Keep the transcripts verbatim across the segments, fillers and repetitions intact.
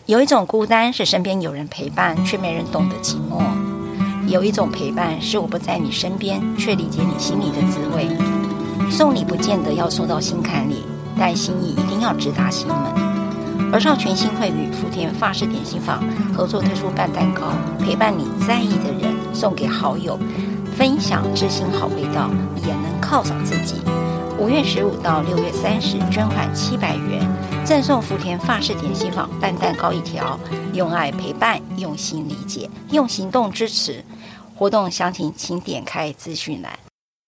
有一种孤单是身边有人陪伴，却没人懂得寂寞；有一种陪伴是我不在你身边，却理解你心里的滋味。送礼不见得要送到心坎里，但心意一定要直达心门。儿少全心会与福田法式点心坊合作推出拌蛋糕，陪伴你在意的人，送给好友，分享知心好味道，也能犒赏自己。五月十五到六月三十，捐款七百元，赠送福田法式点心坊拌蛋糕一条。用爱陪伴，用心理解，用行动支持。活动详情请点开资讯栏。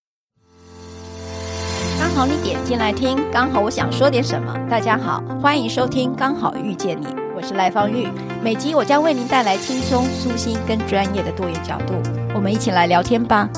刚好你点进来听，刚好我想说点什么。大家好，欢迎收听刚好遇见你，我是赖芳玉。每集我将为您带来轻松、舒心跟专业的多元角度，我们一起来聊天吧。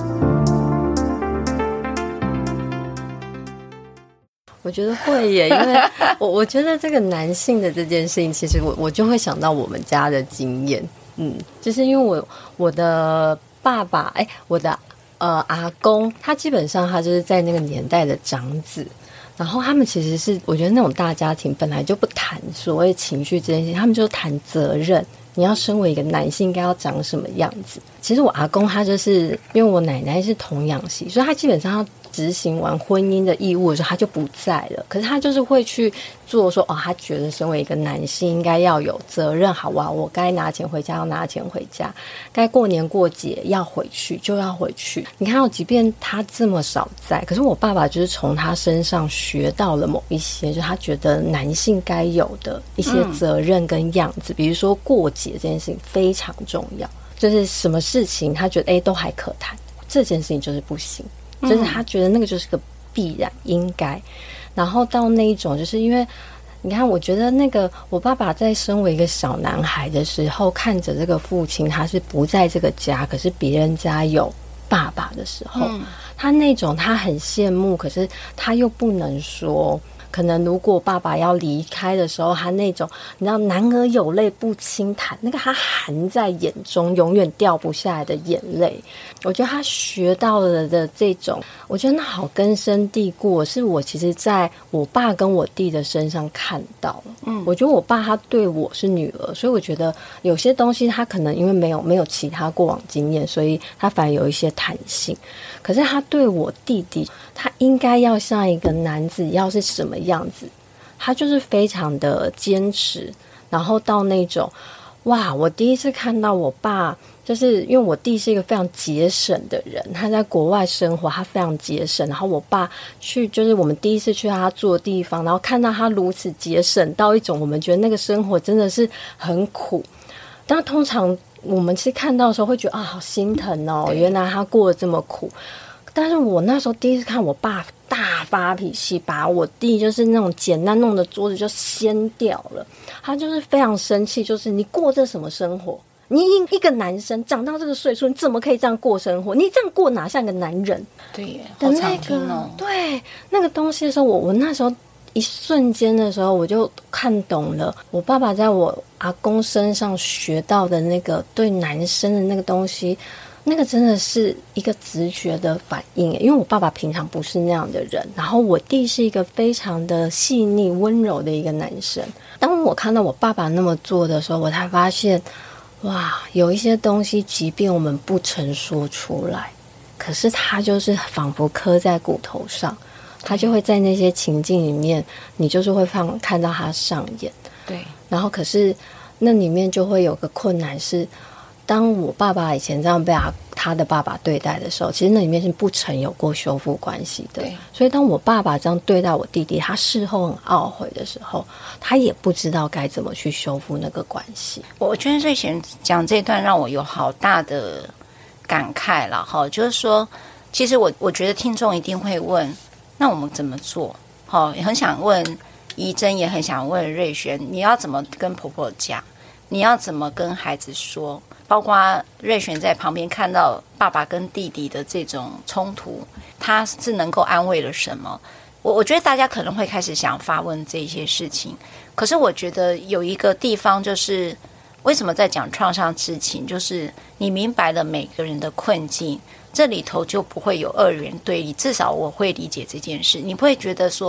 我觉得会耶，因为我我觉得这个男性的这件事情，其实我我就会想到我们家的经验，嗯，就是因为我我的爸爸，哎，我的呃阿公，他基本上他就是在那个年代的长子，然后他们其实是我觉得那种大家庭本来就不谈所谓情绪这件事情，他们就谈责任。你要身为一个男性应该要长什么样子？其实我阿公他就是因为我奶奶是童养媳，所以他基本上他执行完婚姻的义务的时候他就不在了，可是他就是会去做说哦，他觉得身为一个男性应该要有责任，好啊，我该拿钱回家要拿钱回家，该过年过节要回去就要回去。你看到即便他这么少在，可是我爸爸就是从他身上学到了某一些就是他觉得男性该有的一些责任跟样子、嗯、比如说过节这件事情非常重要，就是什么事情他觉得哎都还可谈，这件事情就是不行，就是他觉得那个就是个必然应该。然后到那一种就是因为你看我觉得那个我爸爸在身为一个小男孩的时候，看着这个父亲他是不在这个家，可是别人家有爸爸的时候、嗯、他那种他很羡慕，可是他又不能说，可能如果爸爸要离开的时候，他那种你知道男儿有泪不轻弹，那个他含在眼中永远掉不下来的眼泪，我觉得他学到了的这种，我觉得那好根深蒂固，是我其实在我爸跟我弟的身上看到了。嗯，我觉得我爸他对我是女儿，所以我觉得有些东西他可能因为没有没有其他过往经验，所以他反而有一些弹性。可是他对我弟弟，他应该要像一个男子要是什么样子，他就是非常的坚持。然后到那种哇，我第一次看到我爸，就是因为我弟是一个非常节省的人，他在国外生活，他非常节省。然后我爸去，就是我们第一次去他住的地方，然后看到他如此节省到一种我们觉得那个生活真的是很苦。但通常我们是看到的时候会觉得啊，好心疼哦，原来他过得这么苦。但是我那时候第一次看我爸大发脾气，把我弟就是那种简单弄的桌子就掀掉了，他就是非常生气，就是你过这什么生活？你一个男生长到这个岁数，你怎么可以这样过生活？你这样过哪像个男人？ 对耶，好常听哦。 对，那个东西的时候，我我那时候一瞬间的时候，我就看懂了我爸爸在我阿公身上学到的那个对男生的那个东西。那个真的是一个直觉的反应，因为我爸爸平常不是那样的人，然后我弟是一个非常的细腻温柔的一个男生。当我看到我爸爸那么做的时候，我才发现哇，有一些东西即便我们不曾说出来，可是他就是仿佛刻在骨头上，他就会在那些情境里面，你就是会放看到他上演。 对， 然后可是那里面就会有个困难是，当我爸爸以前这样被他他的爸爸对待的时候，其实那里面是不曾有过修复关系的。所以当我爸爸这样对待我弟弟，他事后很懊悔的时候，他也不知道该怎么去修复那个关系。 我觉得瑞璇讲这段让我有好大的感慨了哈，就是说，其实我我觉得听众一定会问，那我们怎么做？好，也很想问怡珍，也很想问瑞璇，你要怎么跟婆婆讲？你要怎么跟孩子说？包括瑞璇在旁边看到爸爸跟弟弟的这种冲突，他是能够安慰了什么？我我觉得大家可能会开始想发问这些事情，可是我觉得有一个地方就是为什么在讲创伤知情，就是你明白了每个人的困境，这里头就不会有二元对立，至少我会理解这件事。你不会觉得说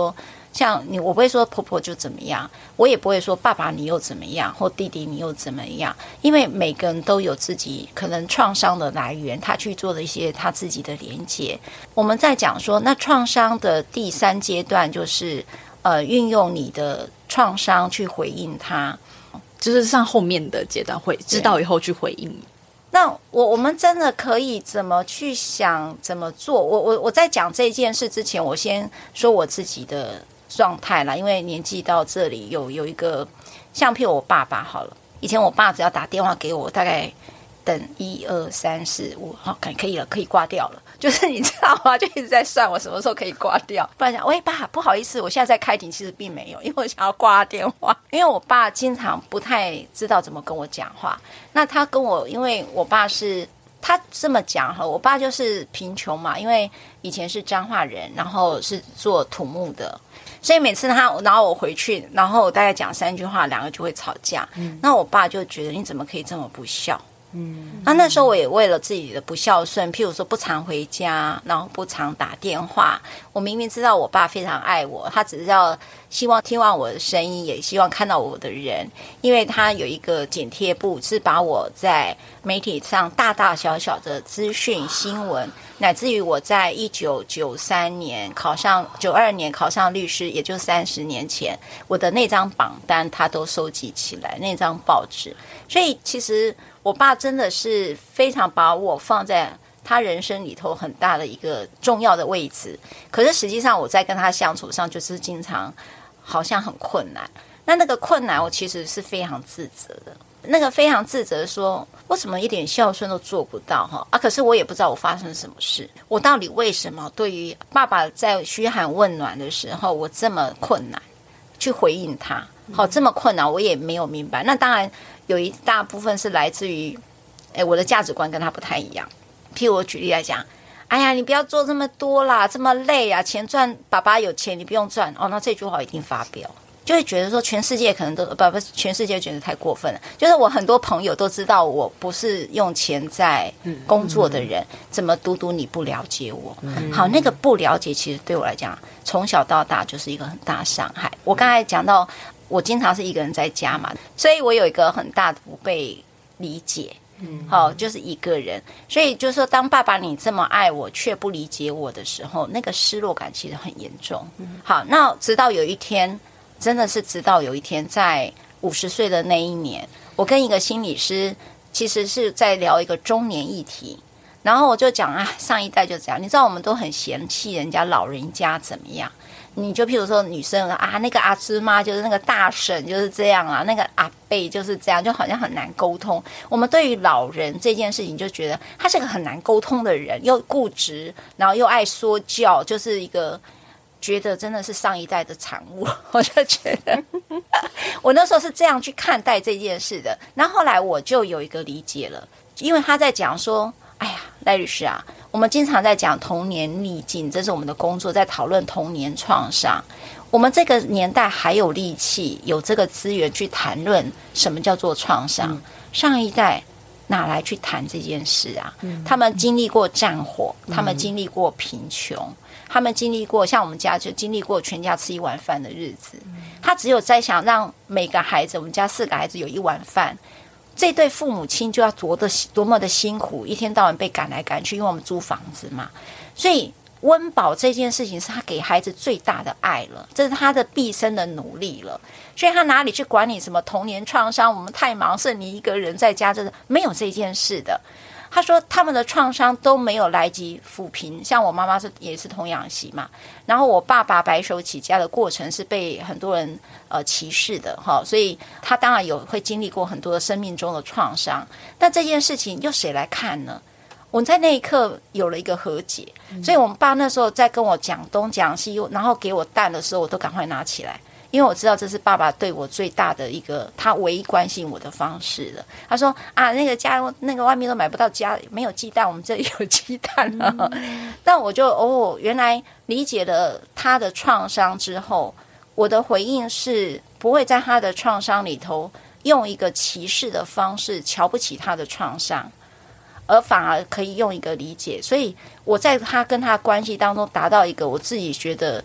像你，我不会说婆婆就怎么样，我也不会说爸爸你又怎么样，或弟弟你又怎么样，因为每个人都有自己可能创伤的来源，他去做了一些他自己的连结。我们在讲说，那创伤的第三阶段就是呃，运用你的创伤去回应他， 就是像后面的阶段会知道以后去回应。 那我我们真的可以怎么去想怎么做？我我我在讲这件事之前，我先说我自己的状态啦，因为年纪到这里有有一个，像譬如我爸爸好了，以前我爸只要打电话给我，大概等一二三四五，好，可以了，可以挂掉了。就是你知道吗？就一直在算我什么时候可以挂掉。不然讲，喂爸，不好意思，我现在在开庭，其实并没有，因为我想要挂电话。因为我爸经常不太知道怎么跟我讲话。那他跟我，因为我爸是他这么讲哈，我爸就是贫穷嘛，因为以前是彰化人，然后是做土木的。所以每次他，然后我回去，然后我大概讲三句话，两个就会吵架。嗯、那我爸就觉得你怎么可以这么不孝？嗯，那那时候我也为了自己的不孝顺，譬如说不常回家，然后不常打电话。我明明知道我爸非常爱我，他只是要希望听完我的声音，也希望看到我的人，因为他有一个剪贴簿，是把我在媒体上大大小小的资讯新闻，乃至于我在一九九三年考上九二年考上律师，也就三十年前，我的那张榜单他都收集起来，那张报纸。所以其实我爸真的是非常把我放在他人生里头很大的一个重要的位置，可是实际上我在跟他相处上就是经常好像很困难。那那个困难我其实是非常自责的，那个非常自责说为什么一点孝顺都做不到哈啊！可是我也不知道我发生什么事，我到底为什么对于爸爸在嘘寒问暖的时候我这么困难去回应他，好这么困难我也没有明白。那当然有一大部分是来自于诶我的价值观跟他不太一样。譬如我举例来讲，哎呀你不要做这么多啦，这么累啊，钱赚爸爸有钱你不用赚哦，那这句话一定发飙，就会觉得说全世界可能都不不全世界觉得太过分了。就是我很多朋友都知道我不是用钱在工作的人，嗯嗯、怎么独独你不了解我？嗯、好，那个不了解其实对我来讲，从小到大就是一个很大伤害。我刚才讲到，我经常是一个人在家嘛，所以我有一个很大的不被理解。嗯，好，就是一个人，所以就是说，当爸爸你这么爱我却不理解我的时候，那个失落感其实很严重。好，那直到有一天。真的是直到有一天在五十岁的那一年，我跟一个心理师其实是在聊一个中年议题，然后我就讲啊，上一代就这样，你知道我们都很嫌弃人家老人家怎么样，你就譬如说女生啊，那个阿芝妈就是那个大婶就是这样啊，那个阿伯就是这样，就好像很难沟通。我们对于老人这件事情就觉得他是个很难沟通的人，又固执，然后又爱说教，就是一个觉得真的是上一代的产物。我就觉得我那时候是这样去看待这件事的。然后后来我就有一个理解了，因为他在讲说，哎呀赖律师啊，我们经常在讲童年逆境，这是我们的工作，在讨论童年创伤。我们这个年代还有力气有这个资源去谈论什么叫做创伤、嗯、上一代哪来去谈这件事啊、嗯、他们经历过战火、嗯、他们经历过贫穷、他们经历过，像我们家就经历过全家吃一碗饭的日子、嗯、他只有在想让每个孩子，我们家四个孩子有一碗饭，这对父母亲就要多的多么的辛苦，一天到晚被赶来赶去，因为我们租房子嘛，所以温饱这件事情是他给孩子最大的爱了，这是他的毕生的努力了，所以他哪里去管你什么童年创伤，我们太忙剩你一个人在家，这没有这件事的。他说他们的创伤都没有来及抚平，像我妈妈是也是童养媳嘛，然后我爸爸白手起家的过程是被很多人呃歧视的哈，所以他当然有会经历过很多的生命中的创伤，但这件事情又谁来看呢？我在那一刻有了一个和解，所以我们爸那时候在跟我讲东讲西，然后给我蛋的时候，我都赶快拿起来，因为我知道这是爸爸对我最大的一个他唯一关心我的方式了。他说啊，那个家那个外面都买不到家没有鸡蛋，我们这里有鸡蛋了、嗯、但我就哦，原来理解了他的创伤之后，我的回应是不会在他的创伤里头用一个歧视的方式瞧不起他的创伤，而反而可以用一个理解，所以我在他跟他关系当中达到一个我自己觉得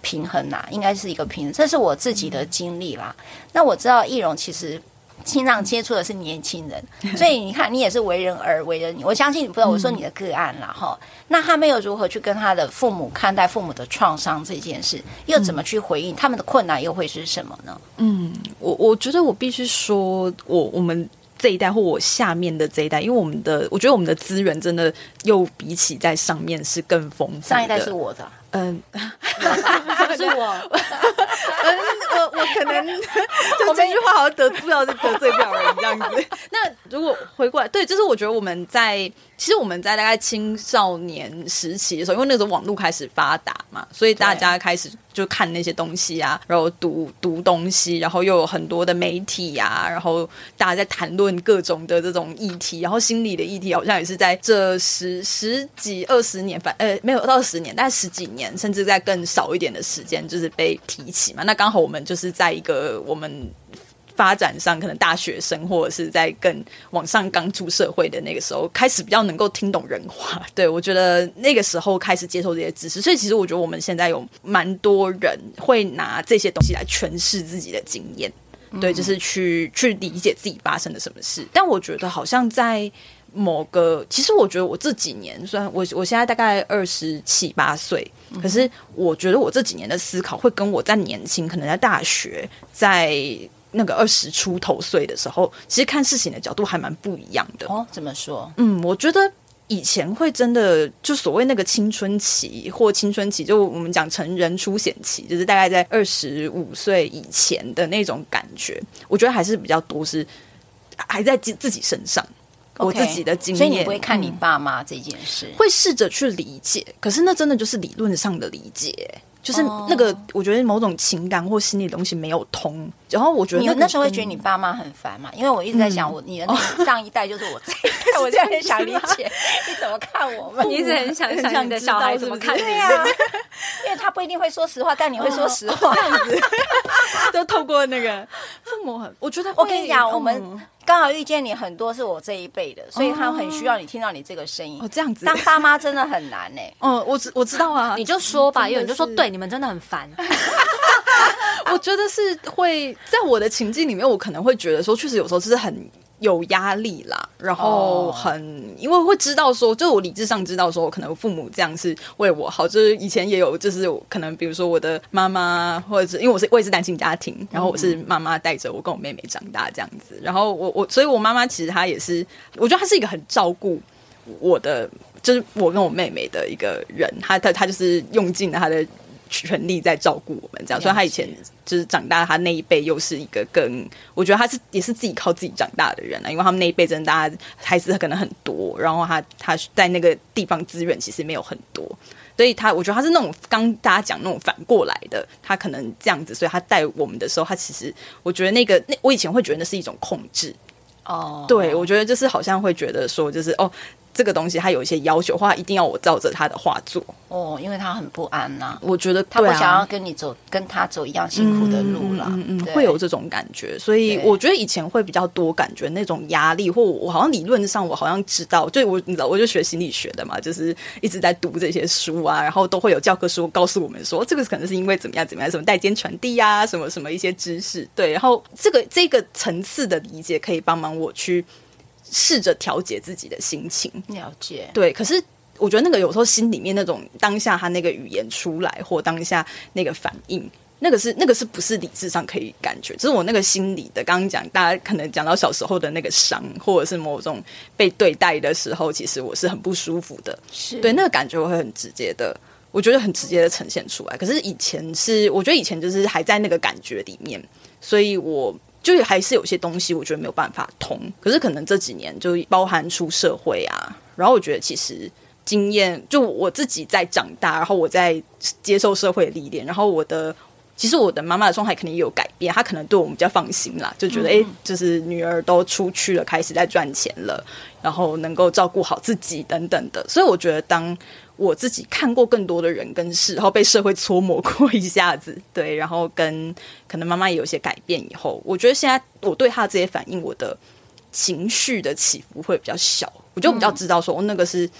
平衡啦，应该是一个平衡，这是我自己的经历啦。那我知道奕蓉其实经常接触的是年轻人，所以你看你也是为人儿为人女，我相信你不知道我说你的个案啦哈、嗯。那他们又如何去跟他的父母看待父母的创伤这件事，又怎么去回应、嗯、他们的困难又会是什么呢？ 嗯，我我觉得我必须说，我我们这一代或我下面的这一代，因为我们的我觉得我们的资源真的又比起在上面是更丰富的。 上一代是我的、啊。嗯， 是我， 嗯，我我可能就这句话好像得不了，得罪不了人这样子。那如果回过来，对，就是我觉得我们在其实我们在大概青少年时期的时候，因为那时候网络开始发达嘛，所以大家开始就看那些东西啊，然后读读东西，然后又有很多的媒体啊，然后大家在谈论各种的这种议题，然后心理的议题好像也是在这十十几二十年，反呃没有到十年，大概十几年。甚至在更少一点的时间就是被提起嘛，那刚好我们就是在一个我们发展上可能大学生或者是在更往上刚出社会的那个时候开始比较能够听懂人话，对，我觉得那个时候开始接受这些知识，所以其实我觉得我们现在有蛮多人会拿这些东西来诠释自己的经验，对，就是去去理解自己发生了什么事。但我觉得好像在某个，其实我觉得我这几年，虽然我我现在大概二十七八岁，可是我觉得我这几年的思考会跟我在年轻，可能在大学，在那个二十出头岁的时候，其实看事情的角度还蛮不一样的。 哦，怎么说？ 嗯，我觉得以前会真的就所谓那个青春期或青春期，就我们讲成人初显期，就是大概在二十五岁以前的那种感觉，我觉得还是比较多是还在自己身上。我自己的经验， 所以你不会看你爸妈这件事、 嗯、会试着去理解，可是那真的就是理论上的理解，就是那个、哦、我觉得某种情感或心理的东西没有通，然后我觉得、那個、 你那时候会觉得你爸妈很烦嘛？因为我一直在想我、嗯、你的那上一代就是我这一代，我就很想理解你怎么看我们， 你一直很想想你的小孩怎么看你， 对啊，因为他不一定会说实话，但你会说实话， 哦、这样子就透过那个父母很，我觉得我跟你讲，我们刚好遇见你很多是我这一辈的，所以他很需要你听到你这个声音。 哦，这样子， 当爸妈真的很难哎、欸。 嗯，我知我知道啊， 你就说吧，因为你就说对，你们真的很烦。 我觉得是会在我的情境里面，我可能会觉得说，确实有时候就是很有压力啦，然后很、哦、因为会知道说，就是我理智上知道说，可能父母这样是为我好，就是以前也有，就是可能比如说我的妈妈，或者是因为我是我也是单亲家庭，然后我是妈妈带着我跟我妹妹长大这样子，然后我我所以我妈妈其实她也是，我觉得她是一个很照顾我的，就是我跟我妹妹的一个人，她她她就是用尽了她的全力在照顾我们这样，所以他以前就是长大，他那一辈又是一个更，我觉得他是也是自己靠自己长大的人啊，因为他们那一辈真的大家孩子可能很多，然后他他在那个地方资源其实没有很多，所以他我觉得他是那种刚大家讲那种反过来的，他可能这样子，所以他带我们的时候，他其实我觉得那个那我以前会觉得那是一种控制哦，对，我觉得就是好像会觉得说就是哦。这个东西他有一些要求，或他一定要我照着他的话做哦，因为他很不安呐、啊。 我觉得他不想要跟你走，跟他走一样辛苦的路啦。 嗯嗯嗯，会有这种感觉，所以我觉得以前会比较多感觉那种压力，或我好像理论上我好像知道，就我你知道，我就学心理学的嘛，就是一直在读这些书啊，然后都会有教科书告诉我们说，这个可能是因为怎么样怎么样，什么代间传递啊，什么什么一些知识，对，然后这个这个层次的理解可以帮忙我去。试着调节自己的心情， 了解， 对。可是我觉得那个有时候心里面那种当下他那个语言出来，或当下那个反应，那个是那个是不是理智上可以感觉？就是我那个心理的，刚刚讲大家可能讲到小时候的那个伤，或者是某种被对待的时候，其实我是很不舒服的， 是对那个感觉我会很直接的。我觉得很直接的呈现出来，可是以前是，我觉得以前就是还在那个感觉里面，所以我就还是有些东西我觉得没有办法通。可是可能这几年就包含出社会啊，然后我觉得其实经验，就我自己在长大，然后我在接受社会的历练，然后我的其实我的妈妈的状态肯定也有改变，她可能对我们比较放心啦，就觉得哎、嗯，就是女儿都出去了，开始在赚钱了，然后能够照顾好自己等等的。所以我觉得当我自己看过更多的人跟事，然后被社会搓磨过一下子，对，然后跟可能妈妈也有些改变以后，我觉得现在我对她这些反应，我的情绪的起伏会比较小，我就比较知道说、嗯哦、那个是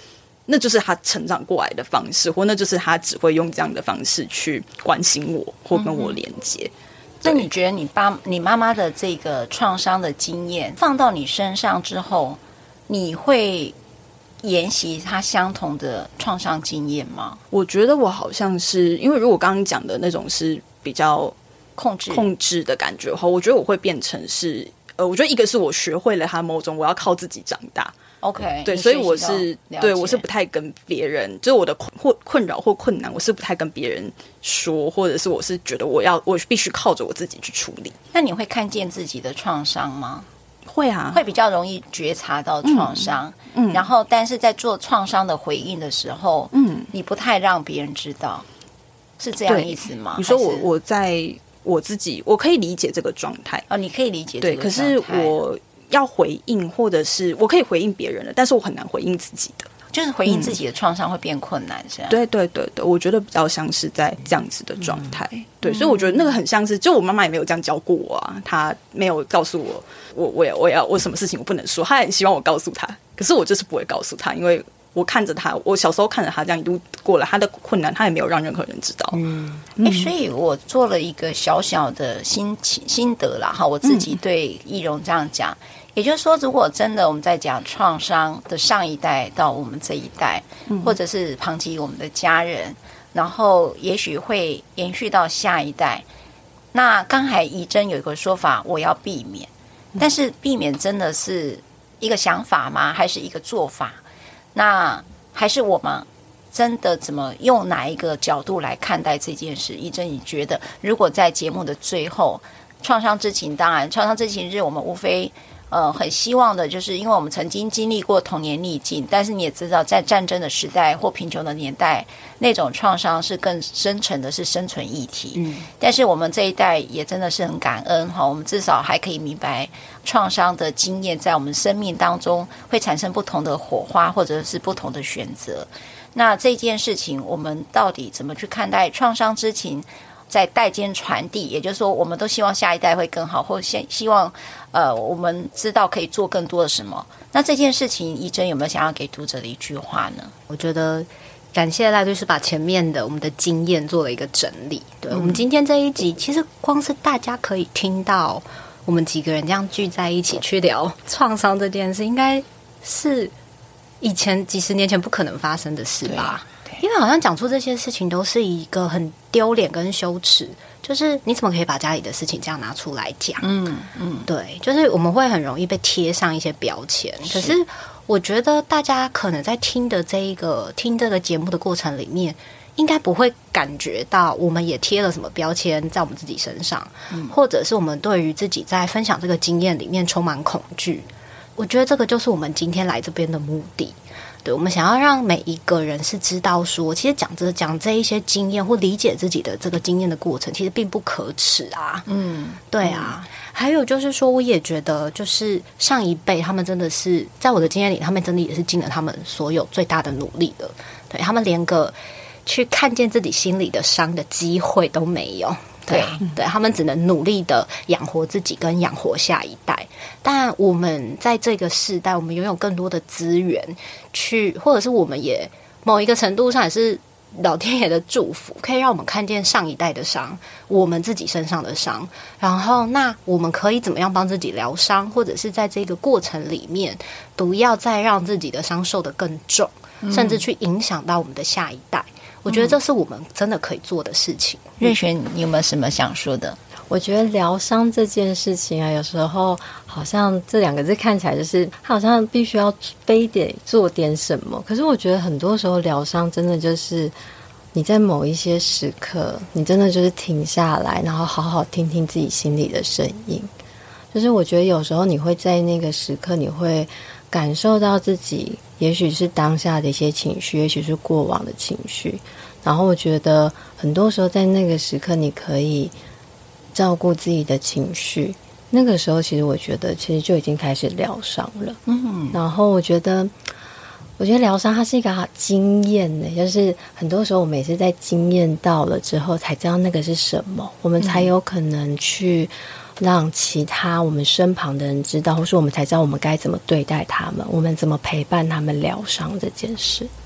那就是他成长过来的方式，或那就是他只会用这样的方式去关心我或跟我连接。嗯， 那你觉得你爸、你妈妈的这个创伤的经验放到你身上之后，你会沿袭他相同的创伤经验吗？ 我觉得我好像是，因为如果刚刚讲的那种是比较控制控制的感觉的话，我觉得我会变成是，呃，我觉得一个是我学会了他某种我要靠自己长大。 OK， 对，所以我是对我是不太跟别人，就是我的困或困扰或困难，我是不太跟别人说，或者是我是觉得我要我必须靠着我自己去处理。 那你会看见自己的创伤吗？ 会啊， 会比较容易觉察到创伤，嗯，然后但是在做创伤的回应的时候，嗯，你不太让别人知道，是这样意思吗？ 你说我我在我自己，我可以理解这个状态哦，你可以理解这个状态，对，可是我要回应，或者是我可以回应别人的，但是我很难回应自己的， 就是回应自己的创伤会变困难，是吧？ 对对对对，我觉得比较像是在这样子的状态，嗯，对，所以我觉得那个很像是，就我妈妈也没有这样教过我啊，她没有告诉我，我我也我要我什么事情我不能说，她很希望我告诉她，可是我就是不会告诉她，因为我看着她，我小时候看着她这样一路过了，她的困难，她也没有让任何人知道。嗯， 哎，所以我做了一个小小的心心得啦，哈，我自己对易容这样讲。嗯，也就是说，如果真的我们在讲创伤的上一代到我们这一代，嗯，或者是旁及我们的家人，然后也许会延续到下一代。那刚才怡珍有一个说法，我要避免，但是避免真的是一个想法吗？还是一个做法？那还是我们真的怎么用哪一个角度来看待这件事？怡珍，你觉得如果在节目的最后，创伤之情，当然创伤之情日我们无非呃，很希望的就是因为我们曾经经历过童年逆境，但是你也知道在战争的时代或贫穷的年代，那种创伤是更深沉的，是生存议题。嗯，但是我们这一代也真的是很感恩哈，我们至少还可以明白创伤的经验在我们生命当中会产生不同的火花，或者是不同的选择。那这件事情我们到底怎么去看待创伤之情在代间传递，也就是说我们都希望下一代会更好，或希希望呃我们知道可以做更多的什么。那这件事情怡珍有没有想要给读者的一句话呢？ 我觉得感谢赖律师把前面的我们的经验做了一个整理。对、嗯、我们今天这一集其实光是大家可以听到我们几个人这样聚在一起去聊创伤这件事，应该是以前几十年前不可能发生的事吧。因为好像讲出这些事情都是一个很丢脸跟羞耻，就是你怎么可以把家里的事情这样拿出来讲？嗯嗯，对，就是我们会很容易被贴上一些标签。可是我觉得大家可能在听的这一个听这个节目的过程里面，应该不会感觉到我们也贴了什么标签在我们自己身上，嗯、或者是我们对于自己在分享这个经验里面充满恐惧。我觉得这个就是我们今天来这边的目的。对，我们想要让每一个人是知道说，其实讲这讲这一些经验或理解自己的这个经验的过程，其实并不可耻啊。嗯，对啊。嗯、还有就是说，我也觉得，就是上一辈他们真的是在我的经验里，他们真的也是尽了他们所有最大的努力的。对，他们连个去看见自己心里的伤的机会都没有。对对，他们只能努力的养活自己跟养活下一代。但我们在这个世代，我们拥有更多的资源去，或者是我们也某一个程度上也是老天爷的祝福，可以让我们看见上一代的伤，我们自己身上的伤。然后那我们可以怎么样帮自己疗伤，或者是在这个过程里面不要再让自己的伤受得更重，嗯、甚至去影响到我们的下一代。我觉得这是我们真的可以做的事情。 瑞璇，你有没有什么想说的？ 我觉得疗伤这件事情啊，有时候好像这两个字看起来就是他好像必须要非得做点什么，可是我觉得很多时候疗伤真的就是你在某一些时刻，你真的就是停下来，然后好好听听自己心里的声音。就是我觉得有时候你会在那个时刻，你会感受到自己也许是当下的一些情绪，也许是过往的情绪，然后我觉得很多时候在那个时刻你可以照顾自己的情绪，那个时候其实我觉得其实就已经开始疗伤了。嗯，然后我觉得我觉得疗伤它是一个好经验呢，就是很多时候我们也是在经验到了之后才知道那个是什么，我们才有可能去让其他我们身旁的人知道，或是我们才知道我们该怎么对待他们，我们怎么陪伴他们疗伤这件事。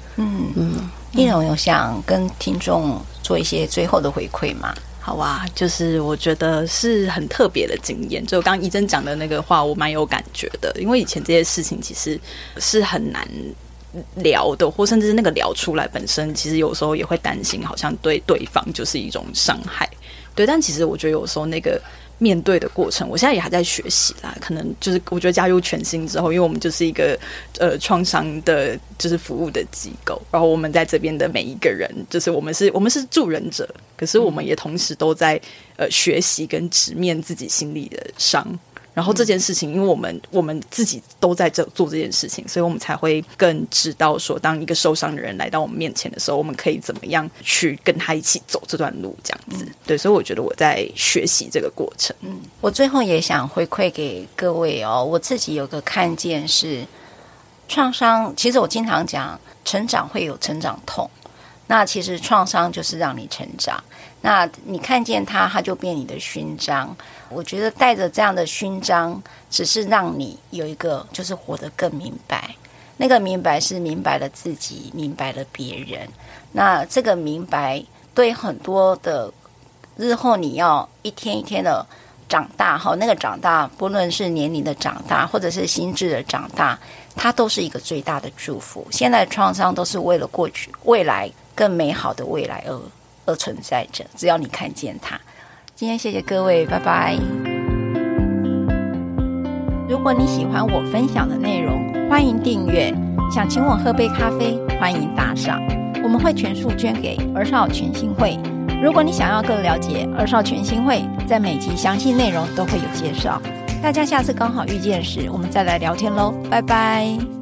嗯嗯，依柔有想跟听众做一些最后的回馈吗？ 好啊，就是我觉得是很特别的经验，就刚刚怡珍讲的那个话我蛮有感觉的，因为以前这些事情其实是很难聊的，或甚至是那个聊出来本身其实有时候也会担心好像对对方就是一种伤害，对，但其实我觉得有时候那个面对的过程我现在也还在学习啦，可能就是我觉得加入全新之后，因为我们就是一个呃创伤的就是服务的机构，然后我们在这边的每一个人就是我们是我们是助人者，可是我们也同时都在呃学习跟直面自己心里的伤，然后这件事情因为我们我们自己都在这做这件事情，所以我们才会更知道说当一个受伤的人来到我们面前的时候，我们可以怎么样去跟他一起走这段路这样子、嗯、对，所以我觉得我在学习这个过程。 嗯，我最后也想回馈给各位哦，我自己有个看见是创伤，其实我经常讲成长会有成长痛，那其实创伤就是让你成长，那你看见它它就变你的勋章，我觉得带着这样的勋章只是让你有一个就是活得更明白，那个明白是明白了自己，明白了别人，那这个明白对很多的日后你要一天一天的长大，好，那个长大不论是年龄的长大或者是心智的长大，它都是一个最大的祝福。现在的创伤都是为了过去未来更美好的未来而而存在着，只要你看见它。今天谢谢各位，拜拜。如果你喜欢我分享的内容，欢迎订阅，想请我喝杯咖啡，欢迎打赏，我们会全数捐给儿少全心会。如果你想要更了解儿少全心会，在每集详细内容都会有介绍。大家下次刚好遇见时，我们再来聊天咯，拜拜。